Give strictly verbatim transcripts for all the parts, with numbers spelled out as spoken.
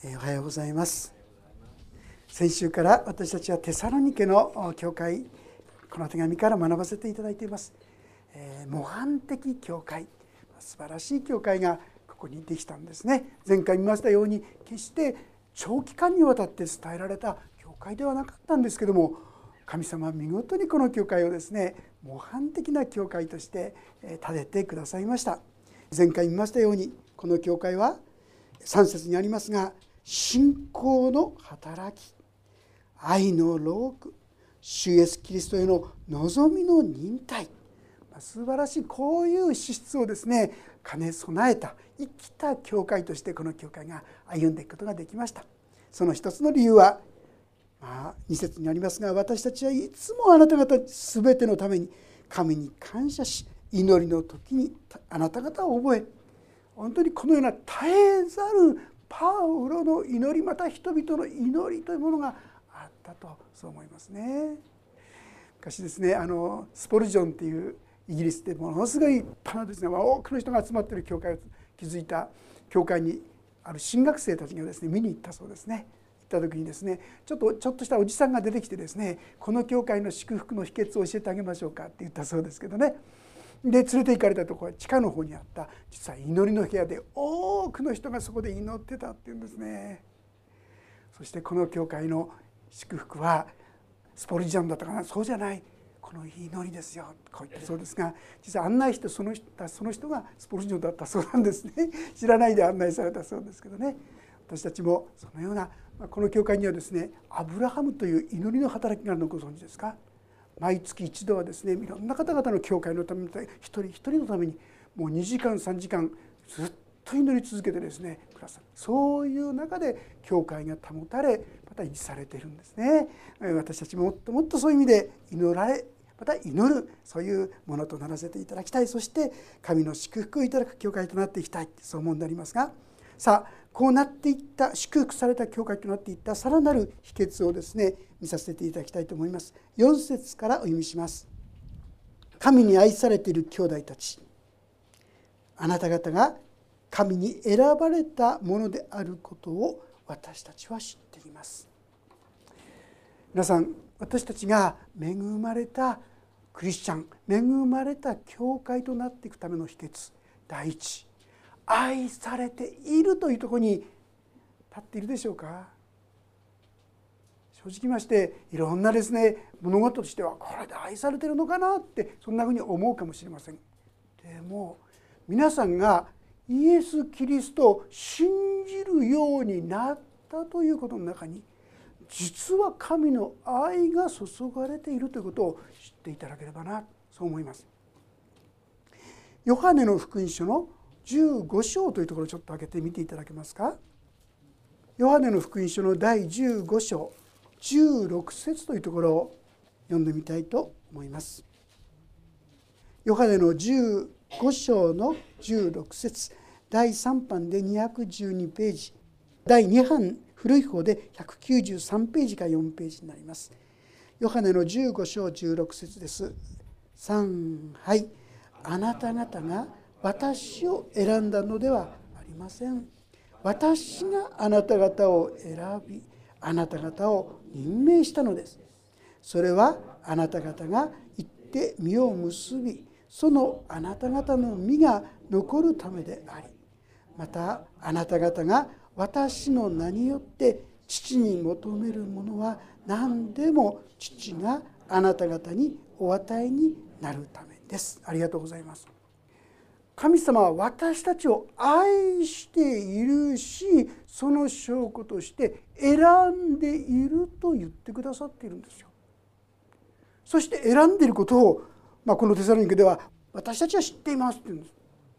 おはようございます。先週から私たちはテサロニケの教会、この手紙から学ばせていただいています。えー、模範的教会、素晴らしい教会がここにできたんですね。前回見ましたように、決して長期間にわたって伝えられた教会ではなかったんですけども、神様は見事にこの教会をですね、模範的な教会として立ててくださいました。前回見ましたように、この教会はさん節にありますが、信仰の働き、愛の労苦、主イエスキリストへの望みの忍耐、素晴らしいこういう資質をですね兼ね備えた生きた教会としてこの教会が歩んでいくことができました。その一つの理由は、まあ、に節にありますが、私たちはいつもあなた方全てのために神に感謝し、祈りの時にあなた方を覚え、本当にこのような絶えざるパウロの祈り、また人々の祈りというものがあったと、そう思いますね。昔ですね、あのスポルジョンっていうイギリスでものすごい立派なですね、多くの人が集まっている教会を築いた教会にある新学生たちがですね見に行ったそうですね。行った時にですね、ちょっとちょっとしたおじさんが出てきてですね、この教会の祝福の秘訣を教えてあげましょうかって言ったそうですけどね。で連れて行かれたところは地下の方にあった実は祈りの部屋で、多くの人がそこで祈ってたっていうんですね。そしてこの教会の祝福はスポルジャンだったかな、そうじゃない、この祈りですよ、こう言ったそうですが、実は案内してその人その人がスポルジャンだったそうなんですね。知らないで案内されたそうですけどね。私たちもそのような、この教会にはですね、アブラハムという祈りの働きがあるのをご存知ですか。毎月一度はですね、いろんな方々の教会のために、一人一人のためにもうにじかんさんじかんずっと祈り続けてですねくださる、そういう中で教会が保たれ、また維持されているんですね。私たちももっともっとそういう意味で祈られ、また祈る、そういうものとならせていただきたい。そして神の祝福をいただく教会となっていきたい、そう思うんでありますが、さあこうなっていった、祝福された教会となっていったさらなる秘訣をですね見させていただきたいと思います。よん節からお読みします。神に愛されている兄弟たち、あなた方が神に選ばれたものであることを私たちは知っています。皆さん、私たちが恵まれたクリスチャン、恵まれた教会となっていくための秘訣、第一、愛されているというところに立っているでしょうか。正直言いまして、いろんなですね物事としては、これで愛されているのかなって、そんなふうに思うかもしれません。でも皆さんがイエス・キリストを信じるようになったということの中に、実は神の愛が注がれているということを知っていただければな、そう思います。ヨハネの福音書のじゅうご章というところをちょっと開けてみていただけますか。ヨハネの福音書のだいじゅうご章じゅうろく節というところを読んでみたいと思います。ヨハネのじゅうご章のじゅうろく節、だいさん版でにひゃくじゅうにページ、だいに版古い方でひゃくきゅうじゅうさんページからよんページになります。ヨハネのじゅうご章じゅうろく節です。さん、はい。あなた方が私を選んだのではありません。私があなた方を選び、あなた方を任命したのです。それはあなた方が行って実を結び、そのあなた方の実が残るためであり、またあなた方が私の名によって父に求めるものは何でも父があなた方にお与えになるためです。ありがとうございます。神様は私たちを愛しているし、その証拠として選んでいると言ってくださっているんですよ。そして選んでいることを、まあ、このテサロニケでは私たちは知っていますって言うんです。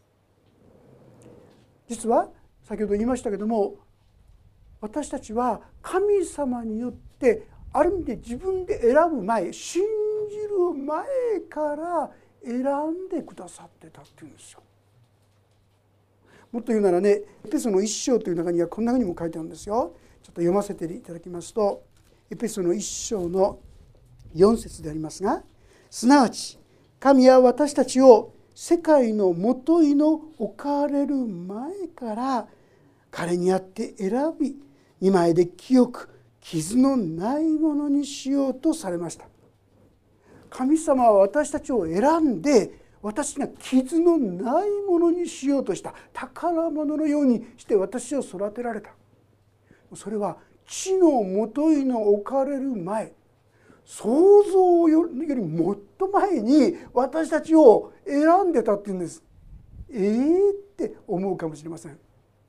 実は先ほど言いましたけども、私たちは神様によってある意味で自分で選ぶ前、信じる前から選んでくださってたっていうんですよ。もっと言うならね、エペソの一章という中にはこんなふうにも書いてあるんですよ。ちょっと読ませていただきますと、エペソの一章のよん節でありますが、すなわち神は私たちを世界のもといの置かれる前から彼にあって選び、 見舞いで清く傷のないものにしようとされました。神様は私たちを選んで、私が傷のないものにしようとした。宝物のようにして私を育てられた。それは地のもといの置かれる前、想像よりもっと前に私たちを選んでたっていうんです。えーって思うかもしれません。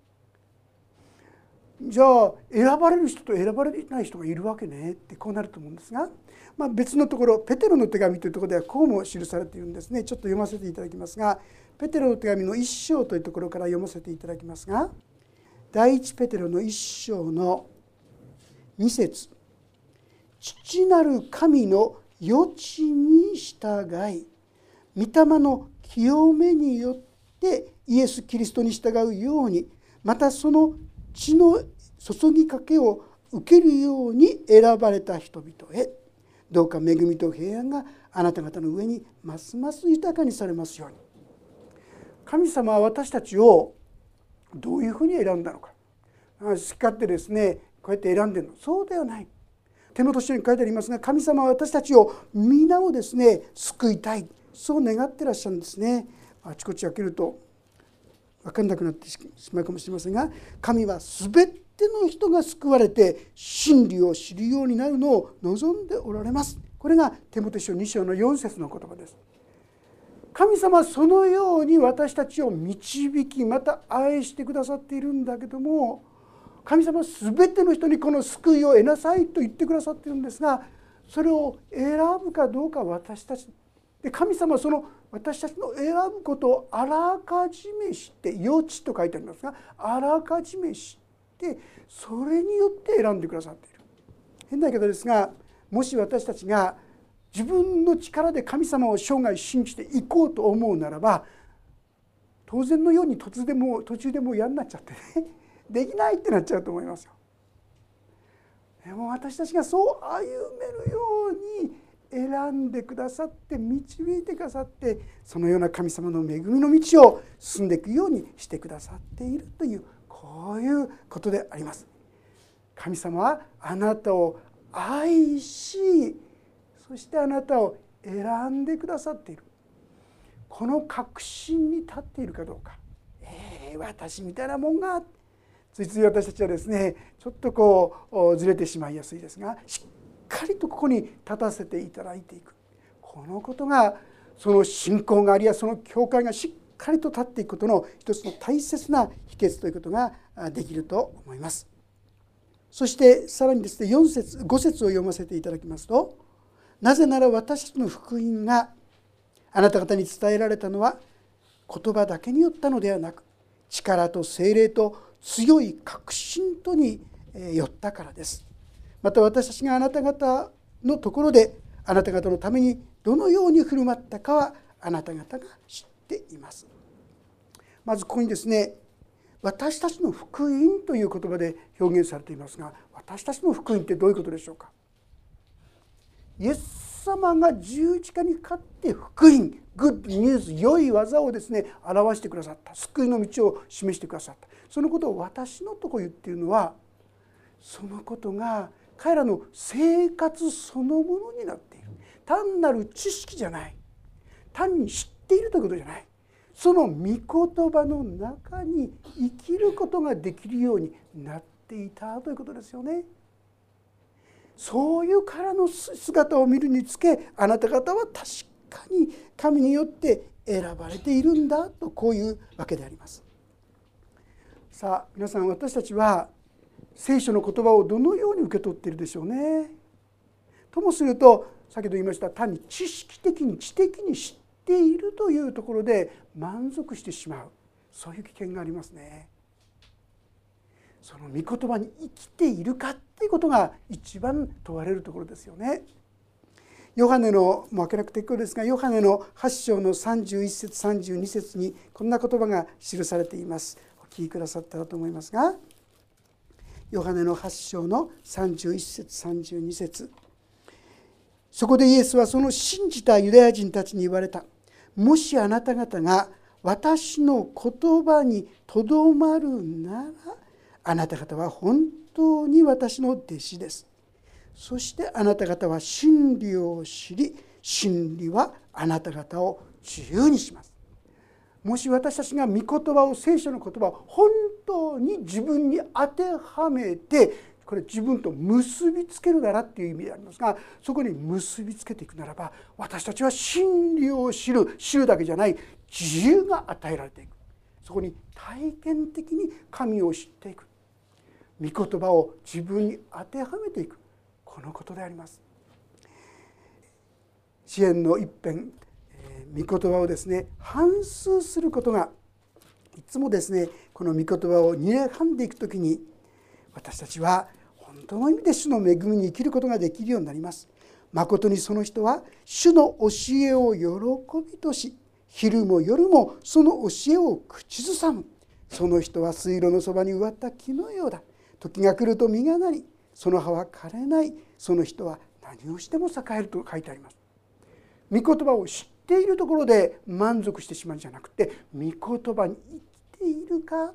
じゃあ選ばれる人と選ばれない人がいるわけねってこうなると思うんですが、まあ、別のところペテロの手紙というところではこうも記されているんですね。ちょっと読ませていただきますが、ペテロの手紙の一章というところから読ませていただきますが、第一ペテロの一章の二節、父なる神の予知に従い、御霊の清めによってイエス・キリストに従うように、またその血の注ぎかけを受けるように選ばれた人々へ、どうか恵みと平安があなた方の上にますます豊かにされますように。神様は私たちをどういうふうに選んだのか。好き勝手ですね、こうやって選んでるの。そうではない。手元書に書いてありますが、神様は私たちを皆をですね救いたい、そう願ってらっしゃるんですね。あちこち開けると分かんなくなってしまうかもしれませんが、神はすべての人が救われて真理を知るようになるのを望んでおられます。これがテモテ書に章のよん節の言葉です。神様はそのように私たちを導き、また愛してくださっているんだけども、神様はすべての人にこの救いを得なさいと言ってくださっているんですが、それを選ぶかどうか私たちで、神様はその私たちの選ぶことをあらかじめ知って、予知と書いてありますが、あらかじめ知ってそれによって選んでくださっている。変な言い方ですが、もし私たちが自分の力で神様を生涯信じていこうと思うならば、当然のように途中でも途中でもう嫌になっちゃってねできないってなっちゃうと思いますよ。でも私たちがそう歩めるように選んでくださって、導いてくださって、そのような神様の恵みの道を進んでいくようにしてくださっているという、こういうことであります。神様はあなたを愛し、そしてあなたを選んでくださっている。この確信に立っているかどうか。えー、私みたいなもんが、ついつい私たちはですね、ちょっとこうずれてしまいやすいですが、しっかりとここに立たせていただいていく、このことがその信仰がありやその教会がしっかりと立っていくことの一つの大切な秘訣ということができると思います。そしてさらにですね、よん節ご節を読ませていただきますと、なぜなら私たちの福音があなた方に伝えられたのは言葉だけによったのではなく、力と精霊と強い確信とによったからです。また私たちがあなた方のところであなた方のためにどのように振る舞ったかはあなた方が知っています。まずここにですね、私たちの福音という言葉で表現されていますが、私たちの福音ってどういうことでしょうか。イエス様が十字架にかかって福音、グッドニュース、良い技をですね表してくださった、救いの道を示してくださった、そのことを私のとこ言っているのは、そのことが彼らの生活そのものになっている。単なる知識じゃない、単に知っているということじゃない、その御言葉の中に生きることができるようになっていたということですよね。そういう彼の姿を見るにつけ、あなた方は確かに神によって選ばれているんだと、こういうわけであります。さあ皆さん、私たちは聖書の言葉をどのように受け取っているでしょうね。ともすると、先ほど言いました単に知識的に知的に知っているというところで満足してしまう、そういう危険がありますね。その御言葉に生きているかっていうことが一番問われるところですよね。ヨハネの、もう開けなくて結構ですが、ヨハネのはち章のさんじゅういち節さんじゅうに節にこんな言葉が記されています。お聞きくださったらと思いますが、ヨハネのはち章のさんじゅういち節さんじゅうに節、そこでイエスはその信じたユダヤ人たちに言われた。もしあなた方が私の言葉にとどまるなら、あなた方は本当に私の弟子です。そしてあなた方は真理を知り、真理はあなた方を自由にします。もし私たちが御言葉を、聖書の言葉を本当に自分に当てはめて、これ自分と結びつけるならっていう意味でありますが、そこに結びつけていくならば、私たちは真理を知る、知るだけじゃない自由が与えられていく。そこに体験的に神を知っていく、御言葉を自分に当てはめていく、このことであります。詩篇の一編、御言葉をですね反芻することが、いつもですねこの御言葉をにれはんでいくときに、私たちは本当の意味で主の恵みに生きることができるようになります。まことにその人は主の教えを喜びとし、昼も夜もその教えを口ずさむ。その人は水路のそばに植わった木のようだ。時が来ると実がなり、その葉は枯れない。その人は何をしても栄えると書いてあります。御言葉を知っているところで満足してしまうんじゃなくて、御言葉に生きているか。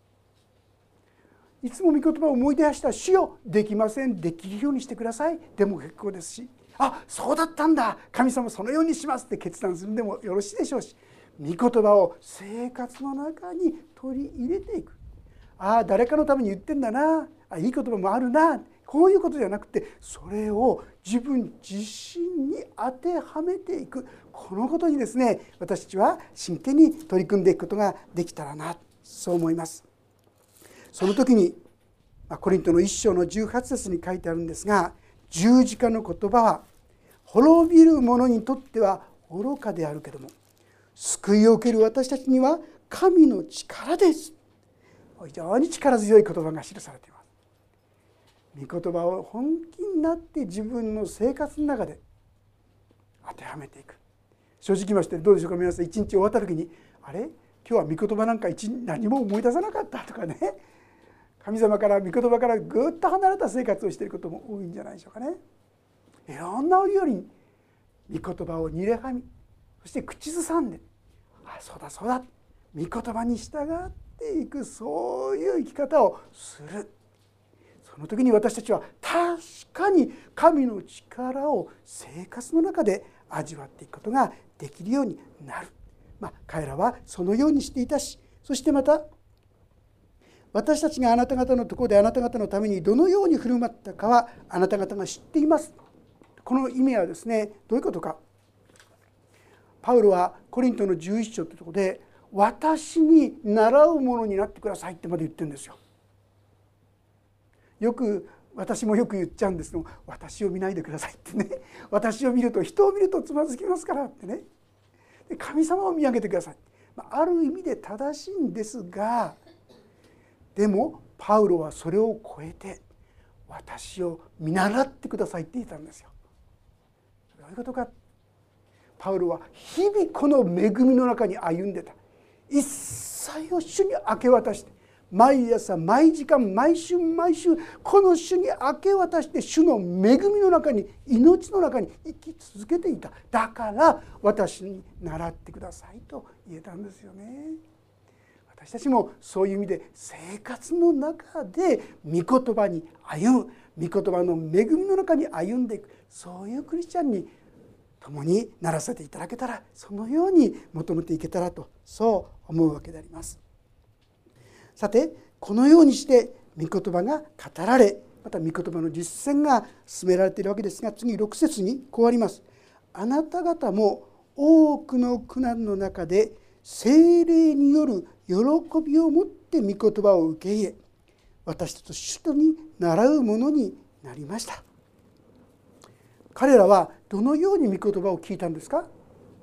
いつも御言葉を思い出したら、主よできません、できるようにしてくださいでも結構ですし、あ、そうだったんだ、神様そのようにしますって決断するんでもよろしいでしょうし、御言葉を生活の中に取り入れていく。ああ、誰かのために言ってんだな、あ、いい言葉もあるな、こういうことじゃなくて、それを自分自身に当てはめていく、このことにですね私たちは真剣に取り組んでいくことができたらな、そう思います。その時にコリントの一章のじゅうはち節に書いてあるんですが、十字架の言葉は滅びる者にとっては愚かであるけども、救いを受ける私たちには神の力です。非常に力強い言葉が記されています。御言葉を本気になって自分の生活の中で当てはめていく。正直言いましてどうでしょうか、皆さん一日終わった時に、あれ今日は御言葉なんか一日何も思い出さなかったとかね、神様から御言葉からぐっと離れた生活をしていることも多いんじゃないでしょうかね。いろんな折よりに御言葉をにれはみ、そして口ずさんで、あ、そうだそうだ、御言葉に従っていく、そういう生き方をする。その時に私たちは確かに神の力を生活の中で味わっていくことができるようになる。まあ、彼らはそのようにしていたし、そしてまた私たちがあなた方のところであなた方のためにどのように振る舞ったかはあなた方が知っています。この意味はですね、どういうことか。パウロはコリントのじゅういち章というところで、私に習うものになってくださいってまで言ってるんですよ。よく私もよく言っちゃうんですけど、私を見ないでくださいってね、私を見ると人を見るとつまずきますからってね、で神様を見上げてください。ある意味で正しいんですが、でもパウロはそれを超えて私を見習ってくださいって言ったんですよ。どういうことか。パウロは日々この恵みの中に歩んでた。一切を主に明け渡して、毎朝毎時間毎週毎週この主に明け渡して、主の恵みの中に、命の中に生き続けていた。だから私に習ってくださいと言えたんですよね。私たちもそういう意味で生活の中で御言葉に歩む、御言葉の恵みの中に歩んでいく、そういうクリスチャンに共にならせていただけたら、そのように求めていけたらと、そう思うわけであります。さて、このようにして御言葉が語られ、また御言葉の実践が進められているわけですが、次ろく節にこうあります。あなた方も多くの苦難の中で聖霊による喜びを持って御言葉を受け入れ、私と主とに習うものになりました。彼らはどのように御言葉を聞いたんですか。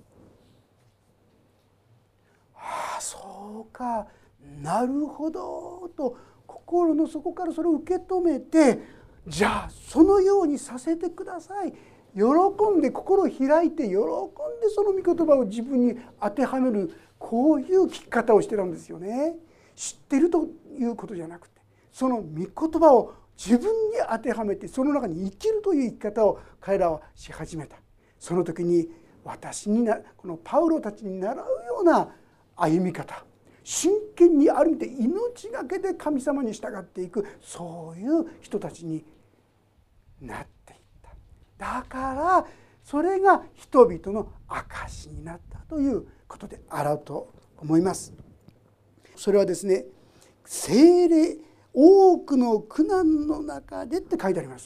ああ、そうか、なるほどと心の底からそれを受け止めて、じゃあそのようにさせてください、喜んで心を開いて喜んでその御言葉を自分に当てはめる、こういう聞き方をしてたんですよね。知ってるということじゃなくて、その御言葉を自分に当てはめてその中に生きるという生き方を彼らはし始めた。その時に私になこのパウロたちに習うような歩み方、 真剣にある意味で命がけで神様に従っていく、そういう人たちになっていった。だからそれが人々の証になったということであろうと思います。それはですね、聖霊、多くの苦難の中でって書いてあります。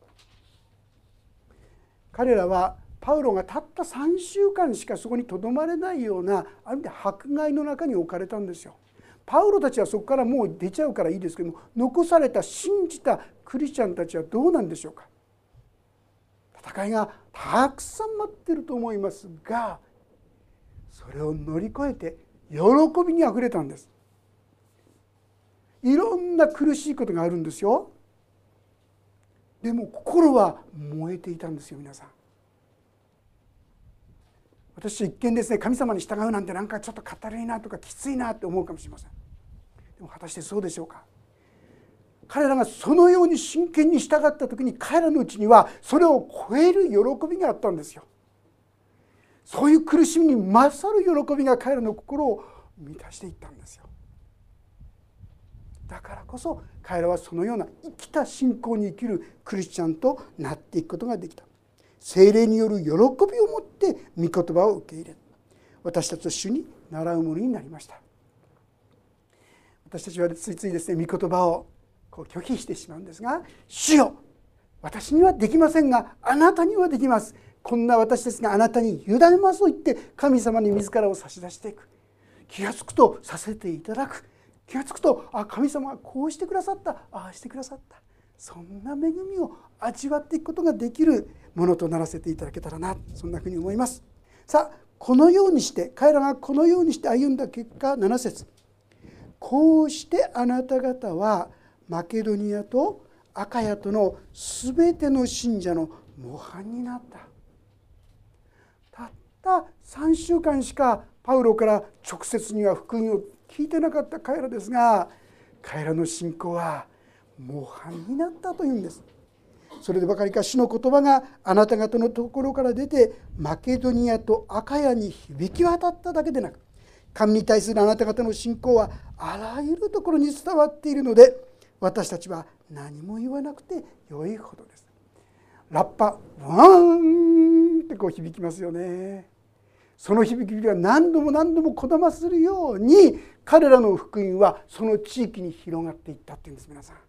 彼らはパウロがたったさんしゅうかんしかそこにとどまれないような、ある意味で迫害の中に置かれたんですよ。パウロたちはそこからもう出ちゃうからいいですけども、残された信じたクリスチャンたちはどうなんでしょうか。戦いがたくさん待っていると思いますが、それを乗り越えて喜びにあふれたんです。いろんな苦しいことがあるんですよ。でも心は燃えていたんですよ。皆さん、私一見ですね、神様に従うなんてなんかちょっとかたるいなとかきついなって思うかもしれません。でも果たしてそうでしょうか。彼らがそのように真剣に従った時に、彼らのうちにはそれを超える喜びがあったんですよ。そういう苦しみに勝る喜びが彼らの心を満たしていったんですよ。だからこそ彼らはそのような生きた信仰に生きるクリスチャンとなっていくことができた。聖霊による喜びを持って御言葉を受け入れ、私たちと主に習うものになりました。私たちはついついですね、御言葉をこう拒否してしまうんですが、主よ、私にはできませんがあなたにはできます、こんな私ですがあなたに委ねますと言って神様に自らを差し出していく。気がつくとさせていただく。気がつくと、あ、神様はこうしてくださった、ああしてくださった、そんな恵みを味わっていくことができるものとならせていただけたらな、そんなふうに思います。さあ、このようにして彼らがこのようにして歩んだ結果、なな節、こうしてあなた方はマケドニアとアカヤとのすべての信者の模範になった。たったさんしゅうかんしかパウロから直接には福音を聞いてなかった彼らですが、彼らの信仰は模範になったというんです。それでばかりか、主の言葉があなた方のところから出てマケドニアとアカヤに響き渡っただけでなく、神に対するあなた方の信仰はあらゆるところに伝わっているので、私たちは何も言わなくてよいほどです。ラッパワーンってこう響きますよね。その響きが何度も何度もこだまするように、彼らの福音はその地域に広がっていったっていうんです。皆さん、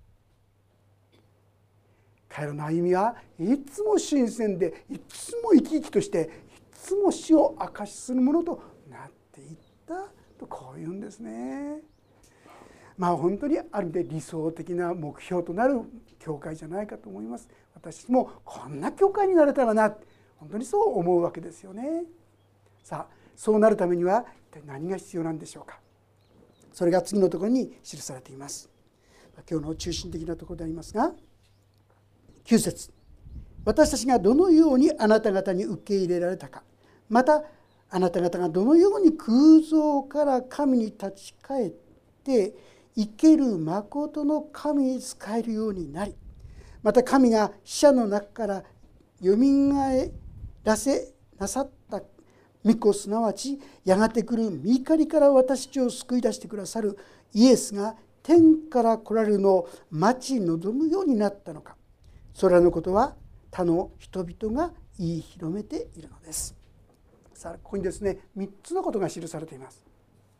彼らの歩みはいつも新鮮で、いつも生き生きとして、いつも死を証しするものとなっていったと、こういうんですね。まあ本当にある意味で理想的な目標となる教会じゃないかと思います。私もこんな教会になれたらな、本当にそう思うわけですよね。さあ、そうなるためには一体何が必要なんでしょうか。それが次のところに記されています。今日の中心的なところでありますが、きゅう節、私たちがどのようにあなた方に受け入れられたか、またあなた方がどのように空洞から神に立ち返って生ける誠の神に仕えるようになり、また神が死者の中からよみがえらせなさった御子、すなわちやがて来る御怒りから私たちを救い出してくださるイエスが天から来られるのを待ち望むようになったのか。それらのことは他の人々が言い広めているのです。さあ、ここにですね、みっつのことが記されています。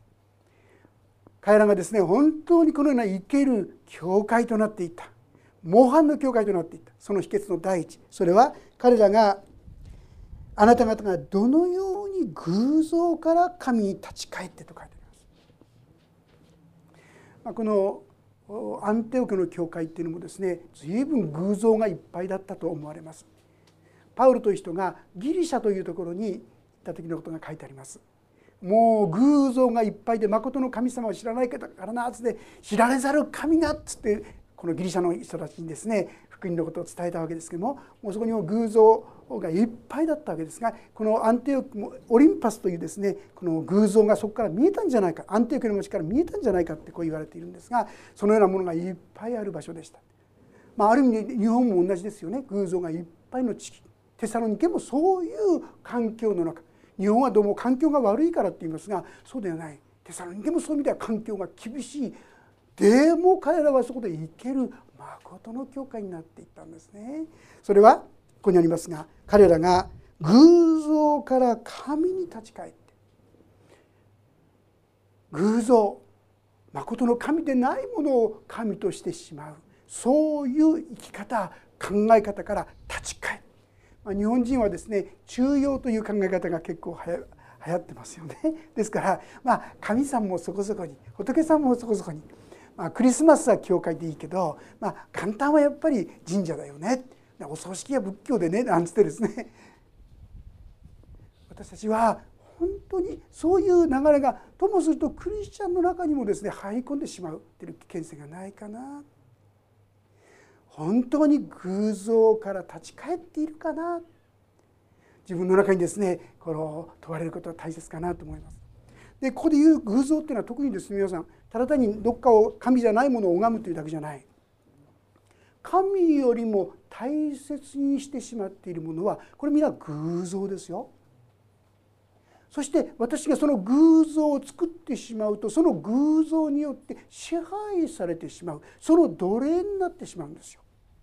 彼らがですね、本当にこのような生ける教会となっていった、模範の教会となっていった、その秘訣の第一、それは彼らがあなた方がどのように偶像から神に立ち返ってと書いてあります。まあ、このアンテオ家の教会っていうのもですね、随分偶像がいっぱいだったと思われます。パウロという人がギリシャというところに行った時のことが書いてあります。もう偶像がいっぱいで、誠の神様を知らないからなっつって、知られざる神がっつって、このギリシャの人たちにですね、福音のことを伝えたわけですけども、もうそこにも偶像がいっぱいだったわけですが、このアンテオクもオリンパスというですね、この偶像がそこから見えたんじゃないか、アンテオクの町から見えたんじゃないかってこう言われているんですが、そのようなものがいっぱいある場所でした。まあ、ある意味で日本も同じですよね。偶像がいっぱいの地域、テサロニケもそういう環境の中、日本はどうも環境が悪いからって言いますが、そうではない。 テサロニケもそういう意味では環境が厳しい。でも彼らはそこで生ける誠の教会になっていったんですね。それはここにありますが、彼らが偶像から神に立ち返って、偶像、誠の神でないものを神としてしまう、そういう生き方、考え方から立ち返る。まあ、日本人はですね、中庸という考え方が結構はや流行ってますよね。ですから、まあ、神さんもそこそこに、仏さんもそこそこに、まあ、クリスマスは教会でいいけど、まあ、元旦はやっぱり神社だよね、お葬式は仏教でね、なんつってですね、私たちは本当にそういう流れがともするとクリスチャンの中にもですね入り込んでしまうという危険性がないかな。本当に偶像から立ち返っているかな。自分の中にですねこの問われることは大切かなと思います。でここで言う偶像っていうのは特にですね、皆さんただ単にどっかを神じゃないものを拝むというだけじゃない。神よりも大切にしてしまっているものはこれみんな偶像ですよ。そして私がその偶像を作ってしまうと、その偶像によって支配されてしまう、その奴隷になってしまうんですよ。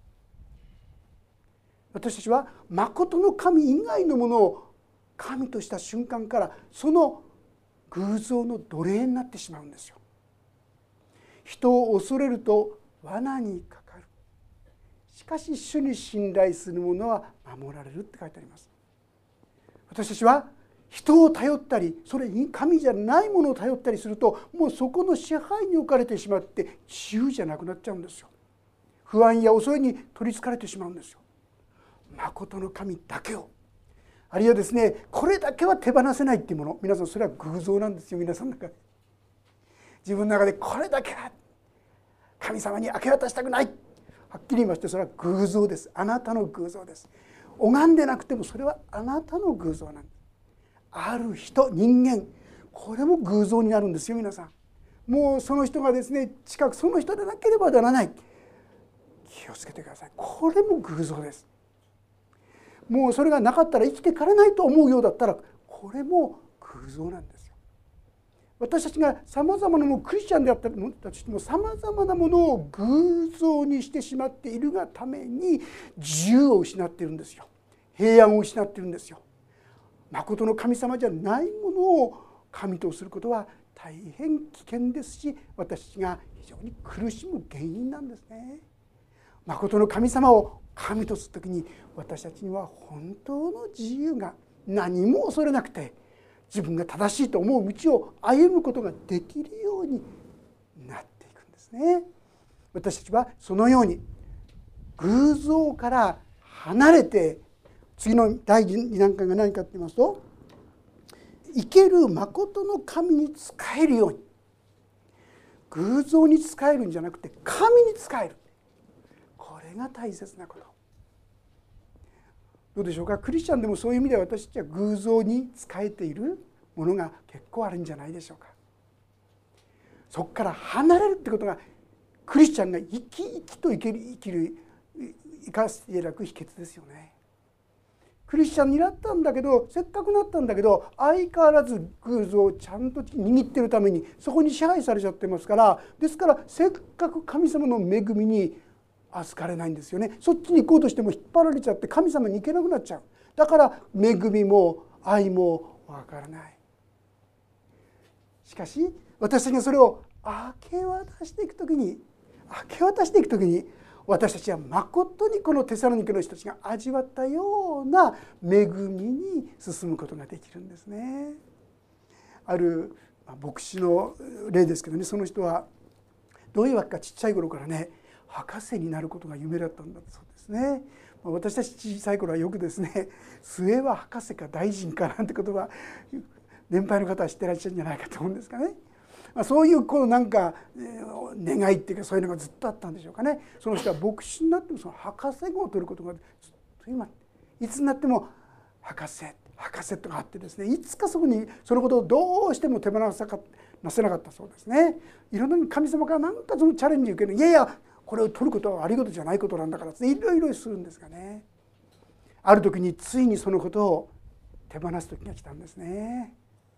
私たちは誠の神以外のものを神とした瞬間からその偶像の奴隷になってしまうんですよ。人を恐れると罠にかかる。しかし主に信頼する者は守られるって書いてあります。私たちは人を頼ったり、それに神じゃないものを頼ったりすると、もうそこの支配に置かれてしまって自由じゃなくなっちゃうんですよ。不安や恐れに取りつかれてしまうんですよ。誠の神だけを、あるいはですねこれだけは手放せないっていうもの、皆さんそれは偶像なんですよ。皆さんの中で自分の中でこれだけは神様に明け渡したくない、はっきり言いましてそれは偶像です。あなたの偶像です。拝んでなくてもそれはあなたの偶像なんです。ある人、人間、これも偶像になるんですよ。皆さんもうその人がですね近くその人でなければならない。気をつけてください。これも偶像です。もうそれがなかったら生きていかれないと思うようだったらこれも偶像なんですよ。私たちがさまざまなもの、クリスチャンであったとしてもさまざまなものを偶像にしてしまっているがために自由を失っているんですよ。平安を失っているんですよ。誠の神様じゃないものを神とすることは大変危険ですし、私たちが非常に苦しむ原因なんですね。誠の神様を神とするときに私たちには本当の自由が、何も恐れなくて自分が正しいと思う道を歩むことができるようになっていくんですね。私たちはそのように偶像から離れて、次の第二段階が何かと言いますと、生ける誠の神に仕えるように、偶像に仕えるんじゃなくて神に仕える、これが大切なこと。どうでしょうか。クリスチャンでもそういう意味では私たちは偶像に仕えているものが結構あるんじゃないでしょうか。そこから離れるってことがクリスチャンが生き生きと生きる生きる生かしていただく秘訣ですよね。クリスチャンになったんだけど、せっかくなったんだけど相変わらず偶像をちゃんと握っているためにそこに支配されちゃってますから、ですからせっかく神様の恵みに預かれないんですよね。そっちに行こうとしても引っ張られちゃって神様に行けなくなっちゃう。だから恵みも愛もわからない。しかし私たちがそれを明け渡していくときに明け渡していくときに私たちはまことにこのテサロニケの人たちが味わったような恵みに進むことができるんですね。ある牧師の例ですけどね、その人はどういうわけかちっちゃい頃からね博士になることが夢だったんだそうですね。私たち小さい頃はよくですね、末は博士か大臣かなんて言葉年配の方は知ってらっしゃるんじゃないかと思うんですかね。そういうこうなんか願いっていうかそういうのがずっとあったんでしょうかね。その人は牧師になってもその博士号を取ることがずっと今いつになっても博士博士とかあってですね、いつかそこにそのことをどうしても手放さなせなかったそうですね。いろんな神様から何かそのチャレンジを受ける、いやいやこれを取ることはありがとうじゃないことなんだからっていろいろするんですがね、ある時についにそのことを手放す時が来たんですね。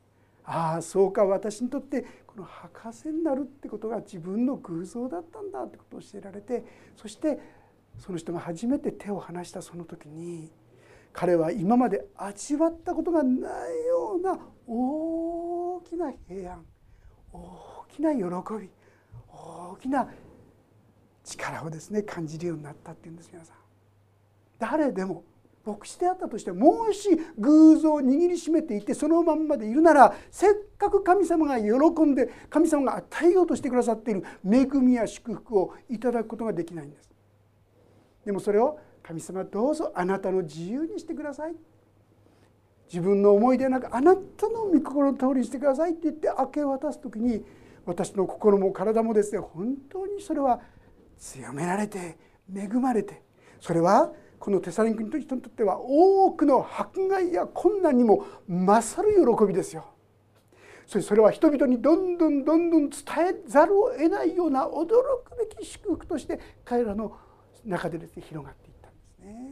ああそうか、私にとってこの博士になるってことが自分の偶像だったんだってことを教えられて、そしてその人が初めて手を離したその時に、彼は今まで味わったことがないような大きな平安、大きな喜び、大きな力をですね感じるようになったっていうんです。皆さん、誰でも牧師であったとしても、もし偶像を握りしめていてそのまんまでいるなら、せっかく神様が喜んで神様が与えようとしてくださっている恵みや祝福をいただくことができないんです。でもそれを神様どうぞあなたの自由にしてください、自分の思いではなくあなたの御心の通りにしてくださいって言って明け渡す時に、私の心も体もですね、本当にそれは強められて恵まれて、それはこのテサロニケの人にとっては多くの迫害や困難にも勝る喜びですよ。それは人々にどんどんどんどん伝えざるを得ないような驚くべき祝福として彼らの中でですね広がっていったんですね。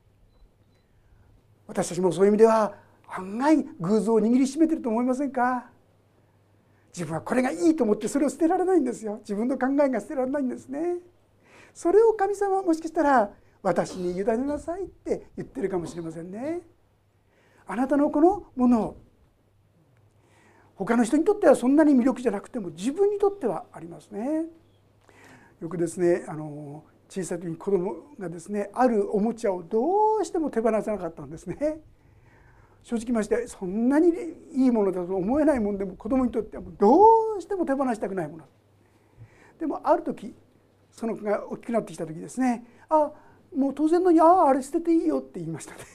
私たちもそういう意味では案外偶像を握りしめていると思いませんか。自分はこれがいいと思ってそれを捨てられないんですよ。自分の考えが捨てられないんですね。それを神様はもしかしたら私に委ねなさいって言ってるかもしれませんね。あなたのこのものを他の人にとってはそんなに魅力じゃなくても自分にとってはありますね。よくですねあの小さい時に子供がですねあるおもちゃをどうしても手放さなかったんですね。正直ましてそんなにいいものだと思えないものでも子供にとってはもうどうしても手放したくないものでも、ある時その子が大きくなってきた時ですね、あもう当然のようにあああれ捨てていいよって言いましたね。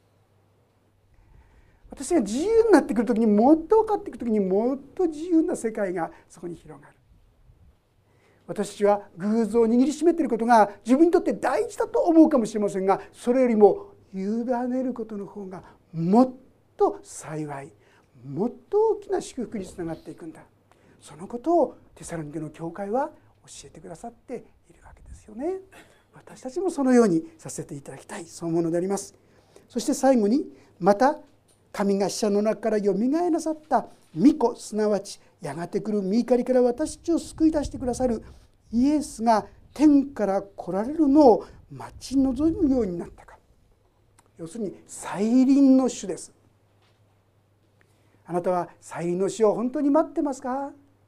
私が自由になってくる時にもっと分かっていく時にもっと自由な世界がそこに広がる。私たちは偶像を握りしめていることが自分にとって大事だと思うかもしれませんが、それよりも委ねることの方がもっと幸い、もっと大きな祝福につながっていくんだ。そのことをテサロニケの教会は教えてくださっているわけですよね。私たちもそのようにさせていただきたい、そういうものであります。そして最後に、また神が死者の中からよみがえなさった御子、すなわちやがて来る御怒りから私たちを救い出してくださるイエスが天から来られるのを待ち望むようになったか。要するに再臨の主です。あなたは再臨の主を本当に待ってますか。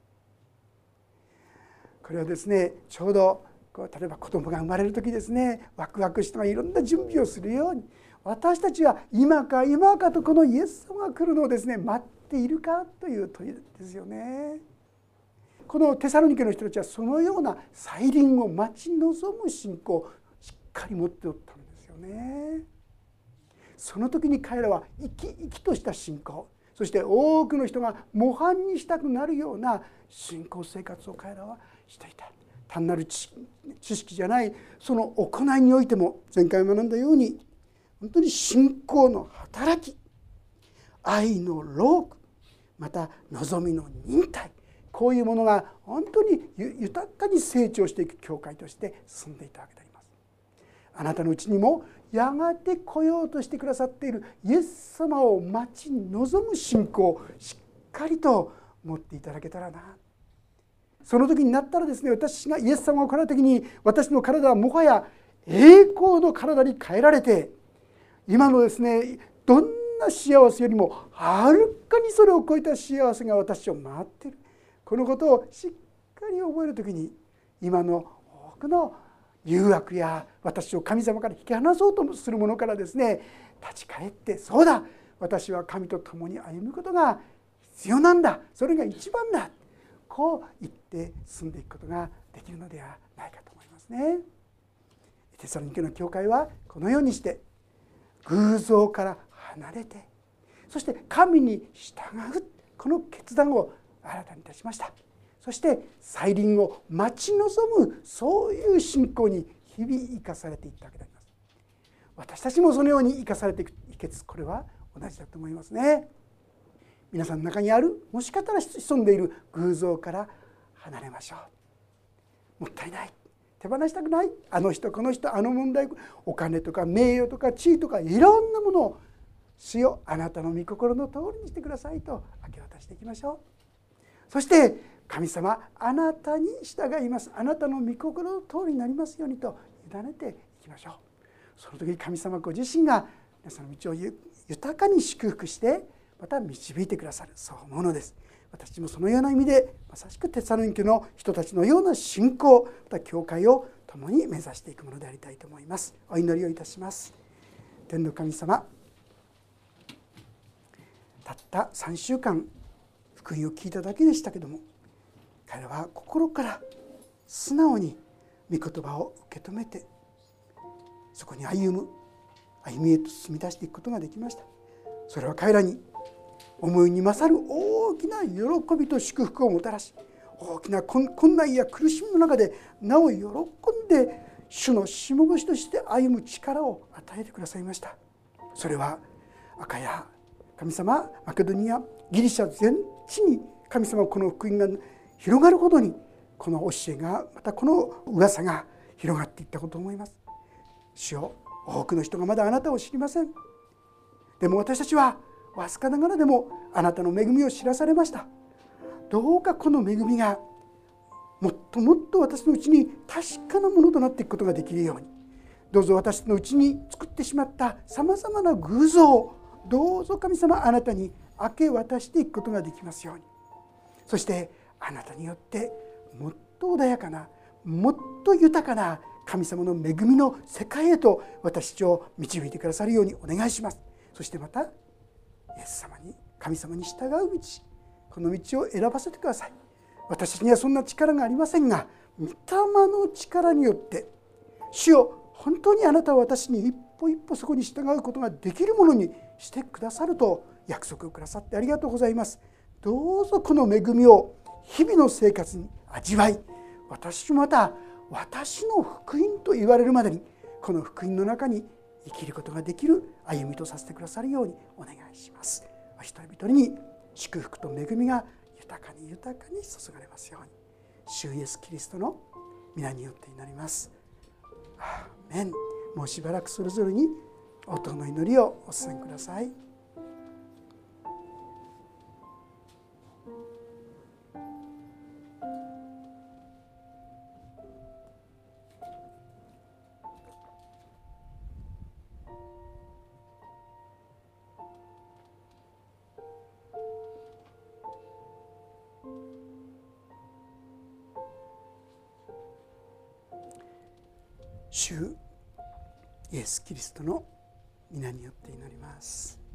これはですねちょうどこう例えば子供が生まれる時ですね、ワクワクしていろんな準備をするように、私たちは今か今かとこのイエス様が来るのをですね待っているかという問いですよね。このテサロニケの人たちはそのような再臨を待ち望む信仰をしっかり持っておったんですよね。その時に彼らは生き生きとした信仰、そして多くの人が模範にしたくなるような信仰生活を彼らはしていた。単なる知識じゃない、その行いにおいても前回学んだように本当に信仰の働き、愛の労苦、また望みの忍耐、こういうものが本当に豊かに成長していく教会として進んでいたわけであります。あなたのうちにもやがて来ようとしてくださっているイエス様を待ち望む信仰をしっかりと持っていただけたらな。その時になったらですね、私がイエス様が来られた時に私の体はもはや栄光の体に変えられて、今のですねどんな幸せよりもはるかにそれを超えた幸せが私を待っている。このことをしっかり覚える時に、今の多くの誘惑や私を神様から引き離そうとするものからですね立ち返って、そうだ私は神と共に歩むことが必要なんだ、それが一番だ、こう言って進んでいくことができるのではないかと思いますね。テサロニケの教会はこのようにして偶像から離れて、そして神に従うこの決断を新たにいたしました。そして再臨を待ち望む、そういう信仰に日々生かされていったわけであります。私たちもそのように生かされていく秘訣、これは同じだと思いますね。皆さんの中にある、もしかしたら潜んでいる偶像から離れましょう。もったいない、手放したくない、あの人この人あの問題、お金とか名誉とか地位とかいろんなものを主よあなたの御心の通りにしてくださいと明け渡していきましょう。そして神様、あなたに従います、あなたの御心の通りになりますようにと委ねていきましょう。その時に神様ご自身が皆さんの道を豊かに祝福してまた導いてくださる、そう思うのです。私もそのような意味でまさしくテサロニケの人たちのような信仰、また教会を共に目指していくものでありたいと思います。お祈りをいたします。天の神様、たったさんしゅうかん福音を聞いただけでしたけども、彼らは心から素直に御言葉を受け止めてそこに歩む歩みへと進み出していくことができました。それは彼らに思いに勝る大きな喜びと祝福をもたらし、大きな困難や苦しみの中でなお喜んで主のしもべとして歩む力を与えてくださいました。それはアカヤ、神様、マケドニア、ギリシャ全地に神様、この福音が広がるほどにこの教えが、またこの噂が広がっていったことを思います。主よ、多くの人がまだあなたを知りません。でも私たちはわずかながらでもあなたの恵みを知らされました。どうかこの恵みがもっともっと私のうちに確かなものとなっていくことができるように、どうぞ私のうちに作ってしまったさまざまな偶像をどうぞ神様、あなたに明け渡していくことができますように。そしてあなたによってもっと穏やかな、もっと豊かな神様の恵みの世界へと私たちを導いてくださるようにお願いします。そしてまたイエス様に、神様に従う道、この道を選ばせてください。私たちにはそんな力がありませんが、御霊の力によって主よ、本当にあなたは私に一歩一歩そこに従うことができるものにしてくださると約束をくださってありがとうございます。どうぞこの恵みを日々の生活に味わい、私もまた私の福音と言われるまでにこの福音の中に生きることができる歩みとさせてくださるようにお願いします。お一人一人に祝福と恵みが豊かに豊かに注がれますように、主イエスキリストの皆によって祈ります。アーメン。もうしばらくそれぞれに応答の祈りをお伝えください。主イエスキリストの皆によって祈ります。